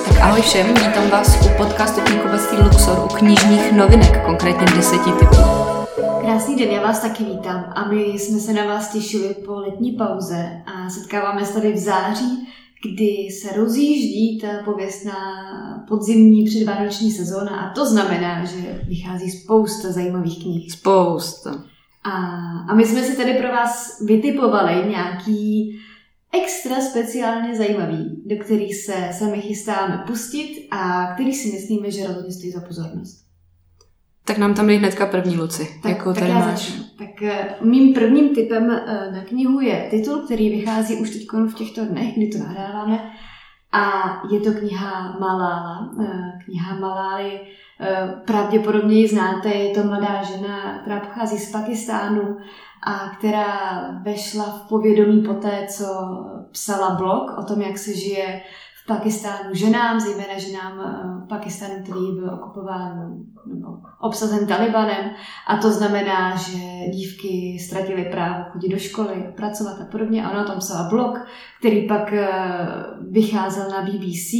Tak ahoj všem, vítám vás u podcastu Knihkupectví Luxor u knižních novinek, konkrétně 10 typů. Krásný den, já vás taky vítám a my jsme se na vás těšili po letní pauze a setkáváme se tady v září, kdy se rozjíždí ta pověstná podzimní předvánoční sezóna a to znamená, že vychází spousta zajímavých knih. Spousta. A my jsme si tady pro vás vytipovali nějaký extra speciálně zajímavý, do kterých se sami chystáme pustit a který si myslíme, že rozhodně stojí za pozornost. Tak nám tam dej hnedka první, Luci. Tak já začnu. Tak mým prvním tipem na knihu je titul, který vychází už teď v těchto dnech, kdy to nahráváme. A je to kniha Malála. Kniha Malály, pravděpodobně ji znáte, je to mladá žena, která pochází z Pakistánu a která vešla v povědomí poté, co psala blog o tom, jak se žije v Pakistánu ženám, zejména ženám v Pakistánu, který byl okupován nebo obsazen Talibanem. A to znamená, že dívky ztratily právo chodit do školy, pracovat a podobně. A ona o tom psala blog, který pak vycházel na BBC.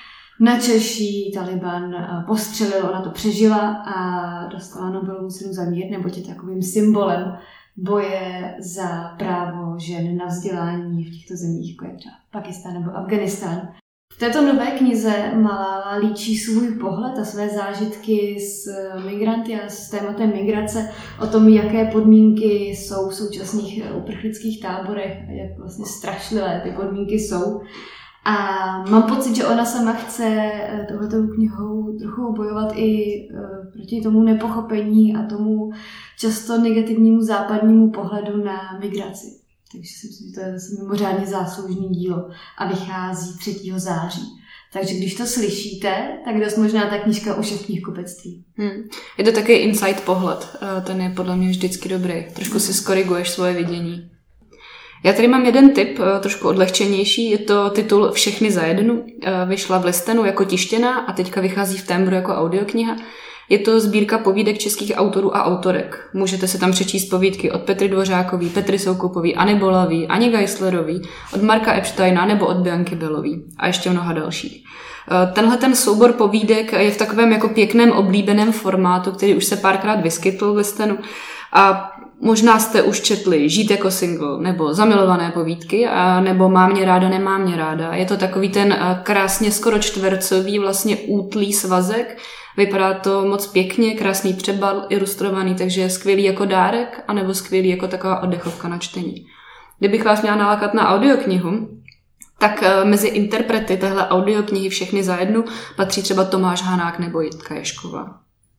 Načež jí Taliban postřelil, ona to přežila a dostala Nobelovu cenu za mír, neboť je takovým symbolem boje za právo žen na vzdělání v těchto zemích, jako je třeba Pakistán nebo Afghánistán. V této nové knize Malála líčí svůj pohled a své zážitky s migranty a s tématem migrace, o tom, jaké podmínky jsou v současných uprchlických táborech a jak vlastně strašlivé ty podmínky jsou. A mám pocit, že ona sama chce touhletou knihou trochu bojovat i proti tomu nepochopení a tomu často negativnímu západnímu pohledu na migraci. Takže si myslím, že to je zase mimořádně záslužný dílo a vychází 3. září. Takže když to slyšíte, tak dost možná ta knížka už je v knihkupectví. Je to taky inside pohled, ten je podle mě vždycky dobrý. Trošku si skoriguješ svoje vidění. Já tady mám jeden tip, trošku odlehčenější, je to titul Všechny za jednu, vyšla v listenu jako tištěná a teďka vychází v Tembru jako audiokniha. Je to sbírka povídek českých autorů a autorek. Můžete se tam přečíst povídky od Petry Dvořákový, Petry Soukupový, Anny Bolavý, Ani Geislerový, od Marka Epsteina nebo od Bianky Belový a ještě mnoha dalších. Tenhle ten soubor povídek je v takovém jako pěkném oblíbeném formátu, který už se párkrát vyskytl v listenu a možná jste už četli Žít jako single, nebo Zamilované povídky, nebo Mám mě ráda, nemám mě ráda. Je to takový ten krásně skoro čtvercový, vlastně útlý svazek. Vypadá to moc pěkně, krásný přebal, ilustrovaný, takže je skvělý jako dárek, anebo skvělý jako taková oddechovka na čtení. Kdybych vás měla nalákat na audioknihu, tak mezi interprety téhle audioknihy Všechny za jednu patří třeba Tomáš Hanák nebo Jitka Ježková.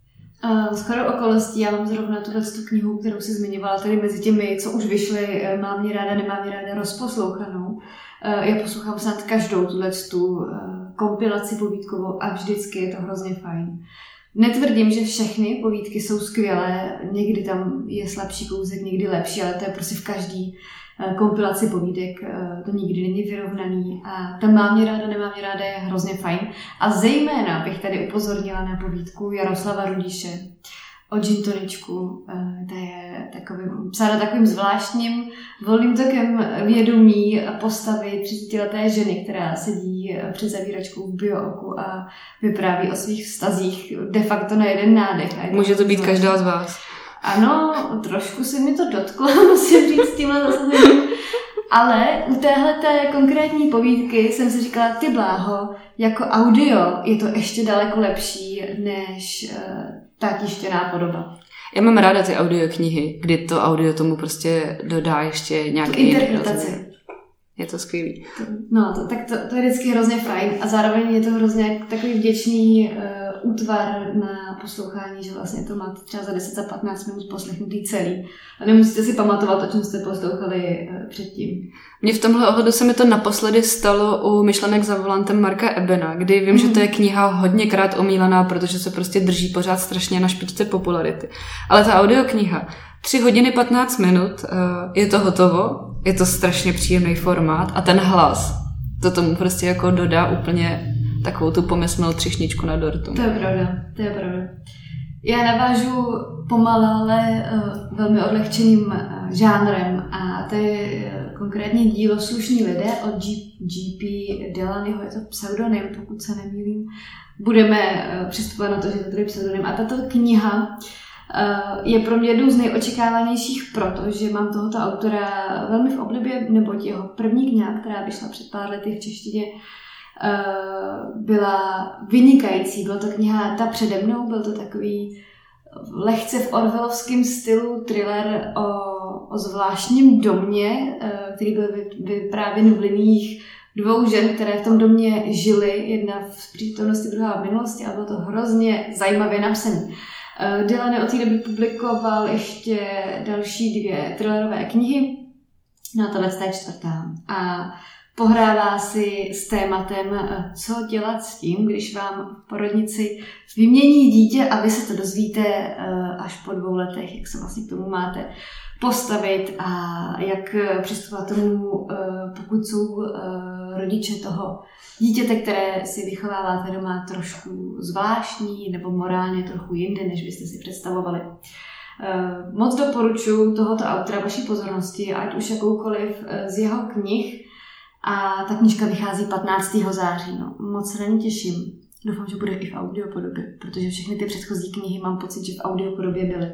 Shodou okolností já mám zrovna tu knihu, kterou si zmiňovala, tedy mezi těmi, co už vyšly, Mám mě ráda, nemám mě ráda, rozposlouchanou. Já poslouchám snad každou tu kompilaci povídkovou a vždycky je to hrozně fajn. Netvrdím, že všechny povídky jsou skvělé, někdy tam je slabší kousek, někdy lepší, ale to je prostě v každý kompilaci povídek, to nikdy není vyrovnaný a ta Mám mě ráda, nemám mě ráda je hrozně fajn. A zejména bych tady upozornila na povídku Jaroslava Rudíše o gin toničku. Ta je psána takovým zvláštním volným tokem vědomí postavy 30leté ženy, která sedí před zavíračkou v Biooku a vypráví o svých vztazích de facto na jeden nádech. Může to být každá z vás. Ano, trošku se mi to dotklo, musím říct s tímhle zasazením. Ale u téhleté konkrétní povídky jsem si říkala, ty bláho, jako audio je to ještě daleko lepší než ta tištěná podoba. Já mám ráda ty audioknihy, kdy to audio tomu prostě dodá ještě nějaký interpretaci. Je to skvělý. To je vždycky hrozně fajn a zároveň je to hrozně takový vděčný útvar na poslouchání, že vlastně to máte třeba za 10 za 15 minut poslechnutý celý a nemusíte si pamatovat, o čem jste poslouchali předtím. Mně v tomhle ohledu se mi to naposledy stalo u Myšlenek za volantem Marka Ebena, kdy vím, že to je kniha hodněkrát omílaná, protože se prostě drží pořád strašně na špičce popularity. Ale ta audiokniha 3 hodiny 15 minut, je to hotovo, je to strašně příjemný formát a ten hlas, to tomu prostě jako dodá úplně takovou tu pomyslnou třešničku na dortu. To je pravda. Já navážu pomalu, ale velmi odlehčeným žánrem a to je konkrétně dílo Slušní lidé od G.P. Delanyho, je to pseudonym, pokud se nemýlím. Budeme přistupovat na to, že to je pseudonym. A tato kniha je pro mě jednou z nejočekávanějších, protože mám tohoto autora velmi v oblibě, neboť jeho první kniha, která vyšla před pár lety v češtině, byla vynikající. Byla to kniha Ta přede mnou, byl to takový lehce v orwellovském stylu thriller o zvláštním domě, který byl vyprávěn v liniích dvou žen, které v tom domě žily, jedna v přítomnosti, druhá v minulosti, a bylo to hrozně zajímavě napsané. Delany od té doby publikoval ještě další 2 thrillerové knihy, no tohle je 4. A pohrává si s tématem, co dělat s tím, když vám v porodnici vymění dítě a vy se to dozvíte až po 2 letech, jak se vlastně k tomu máte postavit a jak přistupovat tomu, pokud jsou rodiče toho dítěte, které si vychováváte doma, trošku zvláštní nebo morálně trochu jinde, než byste si představovali. Moc doporučuji tohoto autora vaší pozornosti, ať už jakoukoliv z jeho knih, a ta knížka vychází 15. září. No, moc se na ní těším. Doufám, že bude i v audiopodobě, protože všechny ty předchozí knihy mám pocit, že v audiopodobě byly.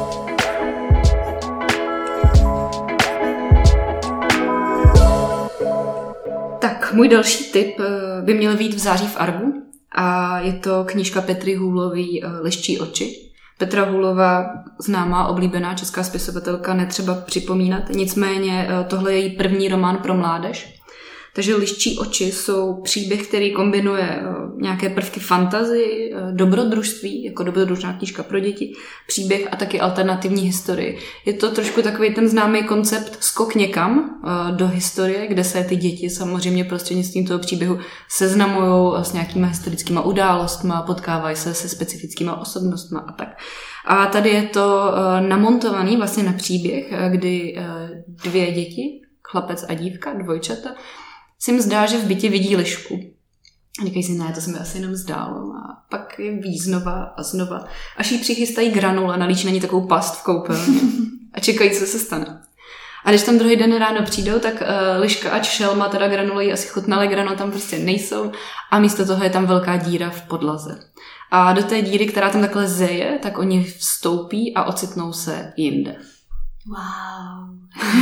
Tak, můj další tip by měl být v září v Argu a je to knížka Petry Hůlový Leščí oči. Petra Hůlová, známá, oblíbená česká spisovatelka, netřeba připomínat, nicméně tohle je její první román pro mládež. Takže Liščí oči jsou příběh, který kombinuje nějaké prvky fantasy, dobrodružství, jako dobrodružná knížka pro děti, příběh a taky alternativní historii. Je to trošku takový ten známý koncept skok někam do historie, kde se ty děti samozřejmě prostřednictvím toho příběhu seznamují s nějakýma historickýma událostma, potkávají se se specifickýma osobnostma a tak. A tady je to namontovaný vlastně na příběh, kdy 2 děti, chlapec a dívka, dvojčata, si jim zdá, že v bytě vidí lišku. Říkají si, ne, to se mi asi jenom zdálo. A pak je ví znova a znova. Až jí přichystají granule, nalíčí na ní takovou past v koupelně a čekají, co se stane. A když tam druhý den ráno přijdou, tak liška ať šelma, teda granule jí asi chutnaly, granule tam prostě nejsou a místo toho je tam velká díra v podlaze. A do té díry, která tam takhle zeje, tak oni vstoupí a ocitnou se jinde. Wow.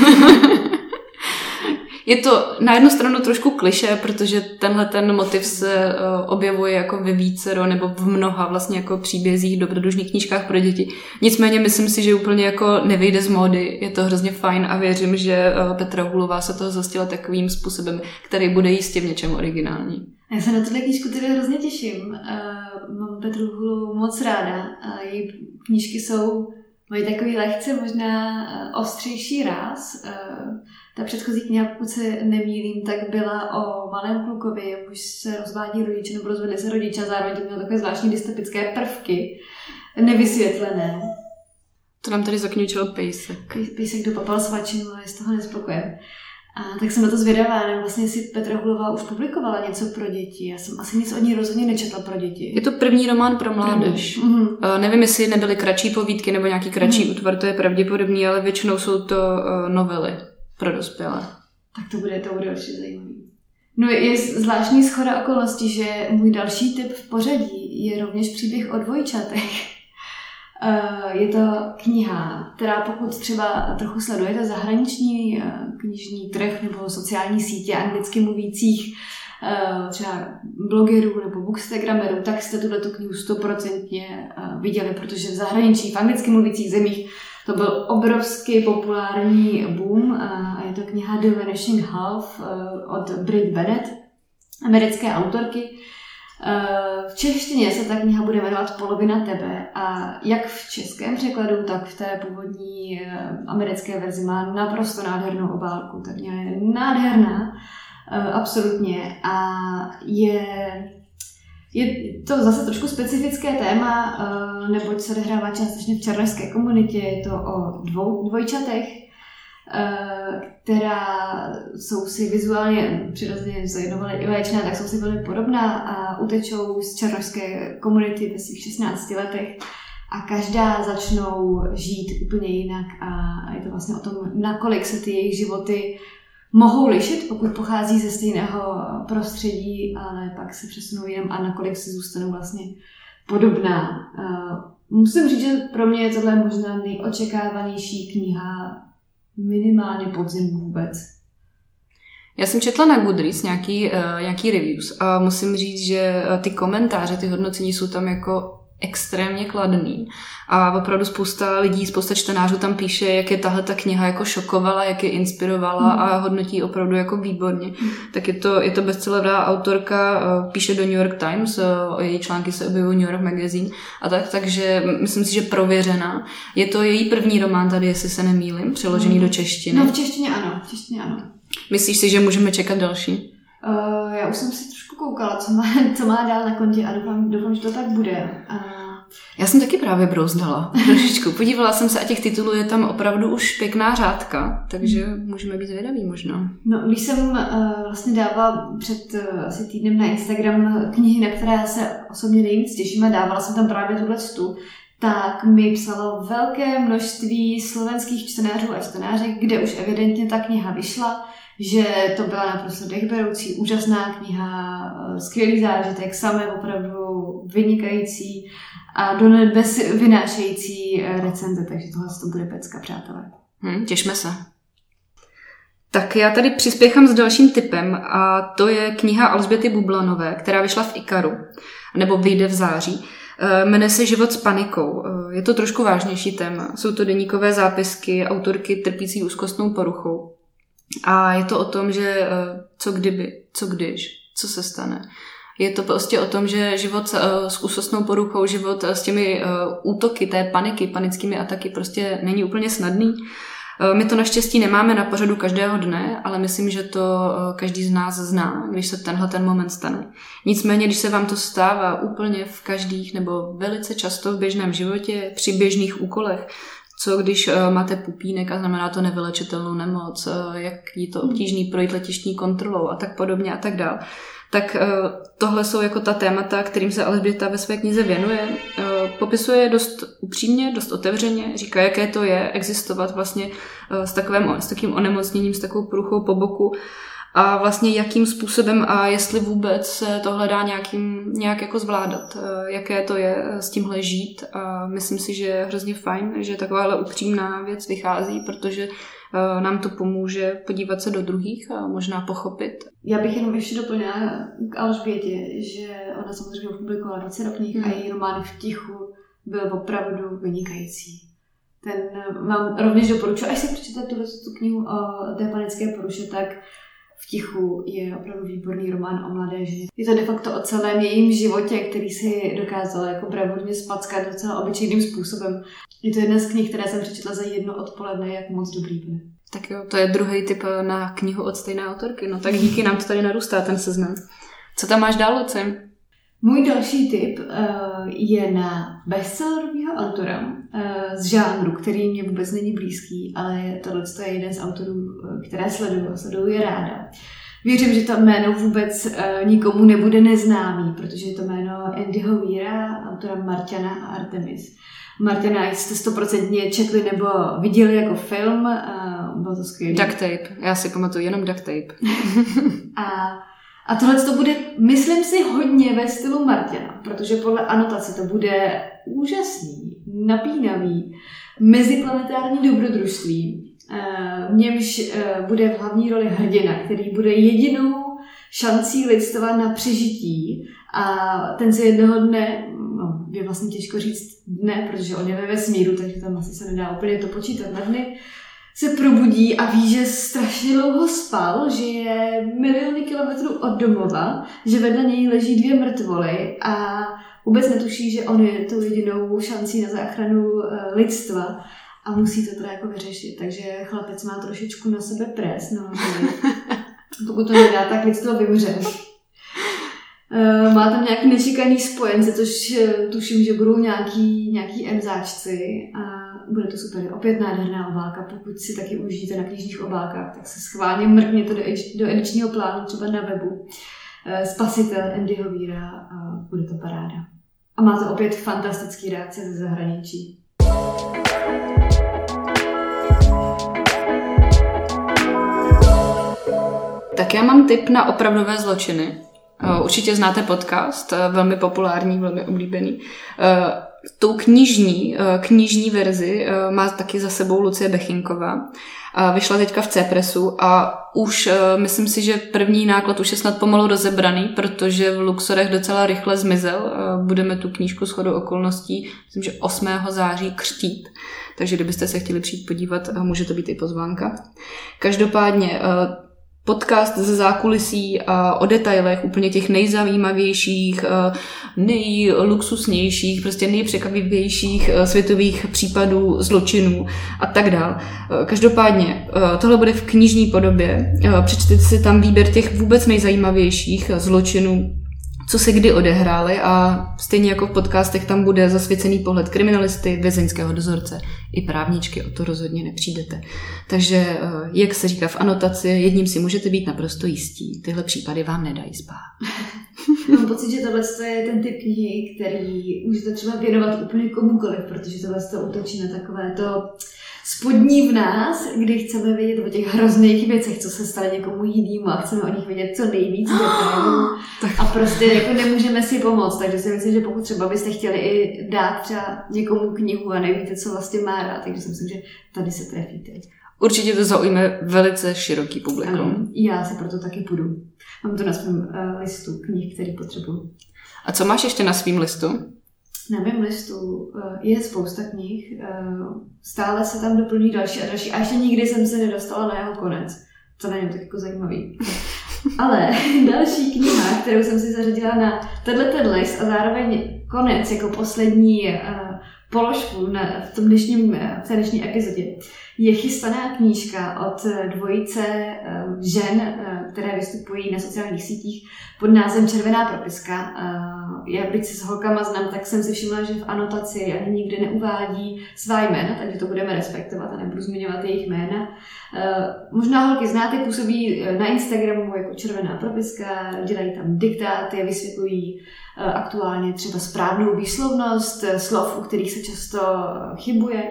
Je to na jednu stranu trošku klišé, protože tenhle ten motiv se objevuje jako ve vícero nebo v mnoha vlastně jako příbězích, dobrodružných knížkách pro děti. Nicméně myslím si, že úplně jako nevyjde z módy, je to hrozně fajn a věřím, že Petra Hůlová se toho zhostila takovým způsobem, který bude jistě v něčem originální. Já se na tuhle knížku tedy hrozně těším. Mám Petru Hůlovou moc ráda. Její knížky mají takový lehce možná ostřejší ráz. Ta předchozí kniha, pokud se nemýlím, tak byla o malém klukovi, jemuž se rozvádí rodiče nebo rozvedli se rodiče a zároveň to mělo takové zvláštní dystopické prvky, nevysvětlené. To nám tady zakňučil pejsek. Pejsek dopapal svačinu a je z toho nespokojen. A tak jsem na to zvědavá, nevím vlastně, jestli Petra Hůlová už publikovala něco pro děti. Já jsem asi nic od ní rozhodně nečetla pro děti. Je to první román pro mládež. Nevím, jestli nebyly kratší povídky nebo nějaký kratší útvar, to je pravděpodobný, ale většinou jsou to novely pro dospělé. Tak to bude určitě zajímavý. No je zvláštní shoda okolností, že můj další tip v pořadí je rovněž příběh o dvojčatech. Je to kniha, která pokud třeba trochu sledujete zahraniční knižní trh nebo sociální sítě anglicky mluvících třeba blogerů nebo bookstagramerů, tak jste tuhletu knihu 100% viděli, protože v zahraničí, v anglicky mluvících zemích to byl obrovský populární boom a je to kniha The Vanishing Half od Brit Bennett, americké autorky. V češtině se ta kniha bude jmenovat Polovina tebe a jak v českém překladu, tak v té původní americké verzi má naprosto nádhernou obálku. Ta kniha je nádherná, absolutně, a je to zase trošku specifické téma, neboť se odehrává částečně v černošské komunitě, je to o dvojčatech, která jsou si vizuálně přirozeně zajednovaly i léčná, tak jsou si velmi podobná a utečou z černošské komunity ve svých 16 letech a každá začnou žít úplně jinak a je to vlastně o tom, nakolik se ty jejich životy mohou lišit, pokud pochází ze stejného prostředí, ale pak se přesunou jinam a nakolik si zůstanou vlastně podobná. Musím říct, že pro mě je tohle možná nejočekávanější kniha minimálně podzim vůbec. Já jsem četla na Goodreads nějaký reviews a musím říct, že ty komentáře, ty hodnocení jsou tam jako extrémně kladný a opravdu spousta čtenářů tam píše, jak je tahle ta kniha jako šokovala, jak je inspirovala a hodnotí opravdu jako výborně. Tak je to bestsellerová autorka, píše do New York Times, její články se objevují New York Magazine a takže myslím si, že prověřená. Je to její první román tady, jestli se nemýlím, přeložený do češtiny. No v češtině ano. Myslíš si, že můžeme čekat další? Já už jsem si trošku koukala, co má dál na kontě a doufám, že to tak bude. Já jsem taky právě brouzdala trošičku. Podívala jsem se a těch titulů je tam opravdu už pěkná řádka, takže můžeme být zvědaví možná. No, když jsem vlastně dávala před asi týdnem na Instagram knihy, na které se osobně nejvíc těším a dávala jsem tam právě tuhle tak mi psalo velké množství slovenských čtenářů a čtenářek, kde už evidentně ta kniha vyšla, že to byla naprosto dechberoucí, úžasná kniha, skvělý zážitek, samé opravdu vynikající a do nebes vynášející recenze, takže tohle to bude pecka, přátelé. Těšme se. Tak já tady přispěchám s dalším tipem a to je kniha Alžběty Bublanové, která vyšla v Ikaru, nebo vyjde v září. Jmenuje se Život s panikou. Je to trošku vážnější téma. Jsou to deníkové zápisky autorky trpící úzkostnou poruchou. A je to o tom, že co kdyby, co když, co se stane. Je to prostě o tom, že život s úzkostnou poruchou, život s těmi útoky té paniky, panickými ataky prostě není úplně snadný. My to naštěstí nemáme na pořadu každého dne, ale myslím, že to každý z nás zná, když se ten moment stane. Nicméně, když se vám to stává úplně v každých nebo velice často v běžném životě, při běžných úkolech, co když máte pupínek a znamená to nevylečitelnou nemoc, jak je to obtížný projít letištní kontrolou a tak podobně a tak dál. Tak tohle jsou jako ta témata, kterým se Alžběta ve své knize věnuje. Popisuje dost upřímně, dost otevřeně, říká, jaké to je existovat vlastně s takým onemocněním, s takovou poruchou po boku a vlastně jakým způsobem a jestli vůbec se tohle dá nějak jako zvládat, jaké to je s tímhle žít a myslím si, že je hrozně fajn, že takováhle upřímná věc vychází, protože nám to pomůže podívat se do druhých a možná pochopit. Já bych jenom ještě doplnila k Alžbětě, že ona samozřejmě publikovala 20 knih a její román V tichu byl opravdu vynikající. Ten vám rovněž doporučuji, až si přečtete tu knihu o té panické poruše, tak V tichu je opravdu výborný román o mladé ženě. Je to de facto o celém jejím životě, který si dokázala jako bravurně spackat docela obyčejným způsobem. Je to jedna z knih, které jsem přečetla za jedno odpoledne, jak moc dobrý byl. Tak jo, to je druhý tip na knihu od stejné autorky. No tak díky, nám to tady narůstá ten seznam. Co tam máš dál, Luci? Můj další tip je na bestsellerového autora z žánru, který mě vůbec není blízký, ale tohle je jeden z autorů, které sleduju je ráda. Věřím, že to jméno vůbec nikomu nebude neznámý, protože je to jméno Andyho Weira, autora Marťana a Artemis. Marťana jste 100% četli nebo viděli jako film, bylo to skvělé. Duct Tape, já si pamatuju jenom Duct Tape. A tohle to bude, myslím si, hodně ve stylu Marťana, protože podle anotace to bude úžasný, napínavý, meziplanetární dobrodružství. V němž bude v hlavní roli hrdina, který bude jedinou šancí lidstva na přežití a ten se jednoho dne, je vlastně těžko říct dne, protože on je ve vesmíru, takže tam asi se nedá úplně to počítat na dny, se probudí a ví, že strašně dlouho spal, že je miliony kilometrů od domova, že vedle něj leží 2 mrtvoly a vůbec netuší, že on je tou jedinou šancí na záchranu lidstva a musí to teda jako vyřešit. Takže chlapec má trošičku na sebe pres, no, pokud to nedá, tak lidstvo vymře. Má tam nějaký nečekaný spojence, což tuším, že budou nějaký emzáčci a bude to super. Opět nádherná obálka, pokud si taky užijete na knižních obálkách, tak se schválně mrkněte do edičního plánu, třeba na webu. Spasitel Andyho Weira a bude to paráda. A má to opět fantastický reakce ze zahraničí. Tak já mám tip na opravdové zločiny. Určitě znáte podcast, velmi populární, velmi oblíbený. Tou knižní verzi má taky za sebou Lucie Bechyňková. Vyšla teďka v C-Pressu a už myslím si, že první náklad už je snad pomalu rozebraný, protože v Luxorech docela rychle zmizel. Budeme tu knížku shodou okolností, myslím, že 8. září křtít. Takže kdybyste se chtěli přijít podívat, může to být i pozvánka. Každopádně podcast ze zákulisí a o detailech úplně těch nejzajímavějších, nejluxusnějších, prostě nejpřekvapivějších světových případů zločinů a tak dál. Každopádně tohle bude v knižní podobě. Přečtěte si tam výběr těch vůbec nejzajímavějších zločinů, co se kdy odehrály a stejně jako v podcastech tam bude zasvěcený pohled kriminalisty, vězeňského dozorce i právničky, o to rozhodně nepřijdete. Takže, jak se říká v anotaci, jedním si můžete být naprosto jistí. Tyhle případy vám nedají spát. Mám pocit, že tohle je ten typ knihy, který můžete třeba věnovat úplně komukoliv, protože tohle útočí na takové to spodní v nás, kdy chceme vědět o těch hrozných věcech, co se stane někomu jinému a chceme o nich vědět co nejvíc detailů a prostě jako nemůžeme si pomoct, takže si myslím, že pokud třeba byste chtěli i dát třeba někomu knihu a nevíte, co vlastně má rád, takže si myslím, že tady se trefíte. Určitě to zaujme velice široký publikum. Ano, já se proto taky půjdu. Mám to na svém listu knih, který potřebuju. A co máš ještě na svém listu? Na mém listu je spousta knih, stále se tam doplňují další a další a ještě nikdy jsem se nedostala na jeho konec. To není tak jako zajímavý. Ale další kniha, kterou jsem si zařadila na tenhle list a zároveň konec jako poslední položku v té dnešní epizodě, je chystaná knížka od dvojice žen, které vystupují na sociálních sítích pod názvem Červená propiska. Já byť se s holkama znám, tak jsem si všimla, že v anotaci ani nikdy neuvádí svá jména, takže to budeme respektovat a nebudu zmiňovat jejich jména. Možná holky znáte, působí na Instagramu jako Červená propiska, dělají tam diktáty, vysvětlují aktuálně třeba správnou výslovnost slov, u kterých se často chybuje.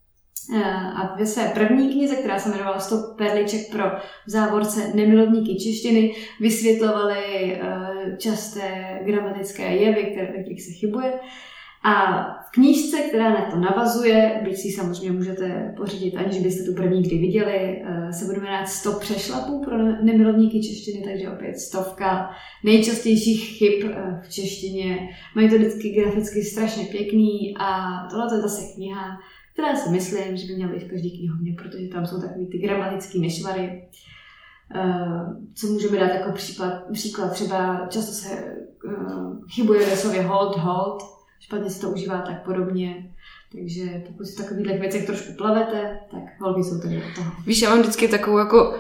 A ve své první knize, která se jmenovala 100 perliček pro v závorce nemilovníky češtiny, vysvětlovali časté gramatické jevy, ve kterých se chybuje. A v knížce, která na to navazuje, byť si samozřejmě můžete pořídit, aniž byste tu první kdy viděli, se bude jmenovat 100 přešlapů pro nemilovníky češtiny, takže opět 100 nejčastějších chyb v češtině. Mají to vždycky graficky strašně pěkný a tohle je zase kniha, která si myslím, že by měla být v každé knihovně, protože tam jsou takový ty gramatické nešvary. Co můžeme dát jako příklad, třeba často se chybuje ve slově hold, špatně se to užívá tak podobně. Takže pokud si v takových věcech trošku plavete, tak holky jsou tady od toho. Víš, já mám vždycky takovou jako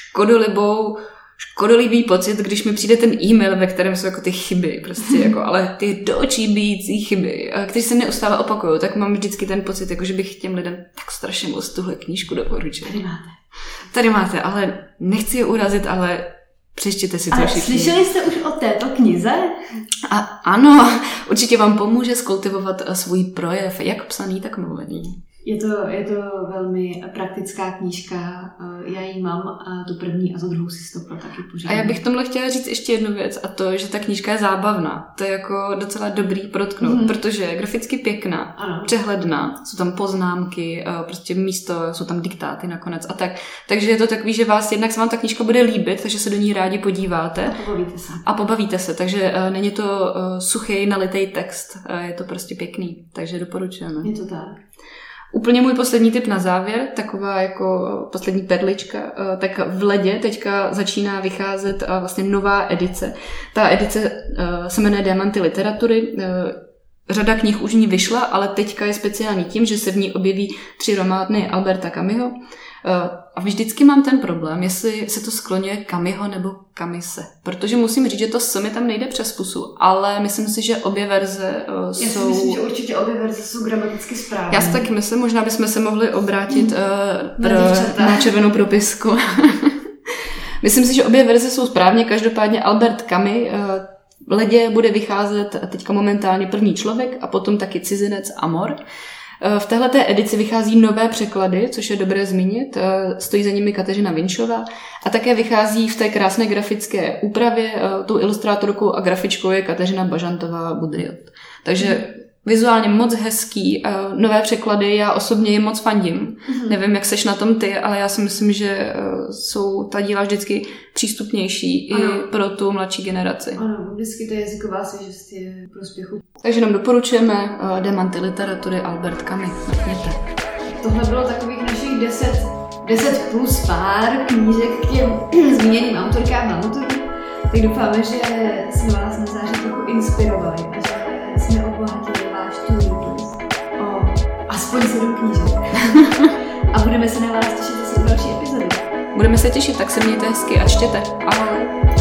škodolibý pocit, když mi přijde ten e-mail, ve kterém jsou jako ty chyby, prostě jako, ale ty do očí bijící chyby, které se neustále opakují, tak mám vždycky ten pocit, jako že bych těm lidem tak strašně moc tuhle knížku doporučila. Tady máte, ale nechci je urazit, ale přečtěte si to všichni. Slyšeli jste už o této knize? A ano, určitě vám pomůže skultivovat svůj projev, jak psaný, tak mluvený. Je to velmi praktická knížka, já ji mám a tu první a tu druhou si stopla taky pořád. A já bych tomhle chtěla říct ještě jednu věc a to, že ta knížka je zábavná. To je jako docela dobrý protknout, protože je graficky pěkná, ano, přehledná, jsou tam poznámky, prostě místo, jsou tam diktáty nakonec a tak. Takže je to takový, že vás jednak se vám ta knížka bude líbit, takže se do ní rádi podíváte. A pobavíte se, takže není to suchý, nalitej text, je to prostě pěkný, takže doporučujeme. Je to tak. Úplně můj poslední tip na závěr, taková jako poslední perlička, tak v ledě teďka začíná vycházet vlastně nová edice. Ta edice se jmenuje Diamanty literatury. Řada knih už ní vyšla, ale teďka je speciální tím, že se v ní objeví 3 romány Alberta Camusho. A vždycky mám ten problém, jestli se to skloňuje Camusho nebo Camise. Protože musím říct, že to s mi tam nejde přes pusu, ale myslím si, že obě verze jsou... Já si myslím, že určitě obě verze jsou gramaticky správné. Já si taky myslím, možná bychom se mohli obrátit na červenou propisku. Myslím si, že obě verze jsou správně, každopádně Albert Camus v ledě bude vycházet teďka momentálně První člověk a potom taky Cizinec Amor. V téhleté edici vychází nové překlady, což je dobré zmínit. Stojí za nimi Kateřina Vinčová a také vychází v té krásné grafické úpravě. Tou ilustrátorkou a grafičkou je Kateřina Bažantová-Budriot. Takže vizuálně moc hezký, nové překlady, já osobně jim moc fandím. Nevím, jak seš na tom ty, ale já si myslím, že jsou ta díla vždycky přístupnější i pro tu mladší generaci. Ano, vždycky ta jazyková svěžost je prospěchu. Takže nám doporučujeme Demanty literatury Albert Camus. Mrkněte. Tohle bylo takových našich 10 plus pár knížek k těm zmíněným autorkám a autorům. Tak doufáme, že jsme vás na září trochu inspirovali a že jsme obohatili váš to-do-list o aspoň 7 knížek. A budeme se na vás těšit zase u další epizody. Budeme se těšit, tak se mějte hezky a čtěte. Ahoj.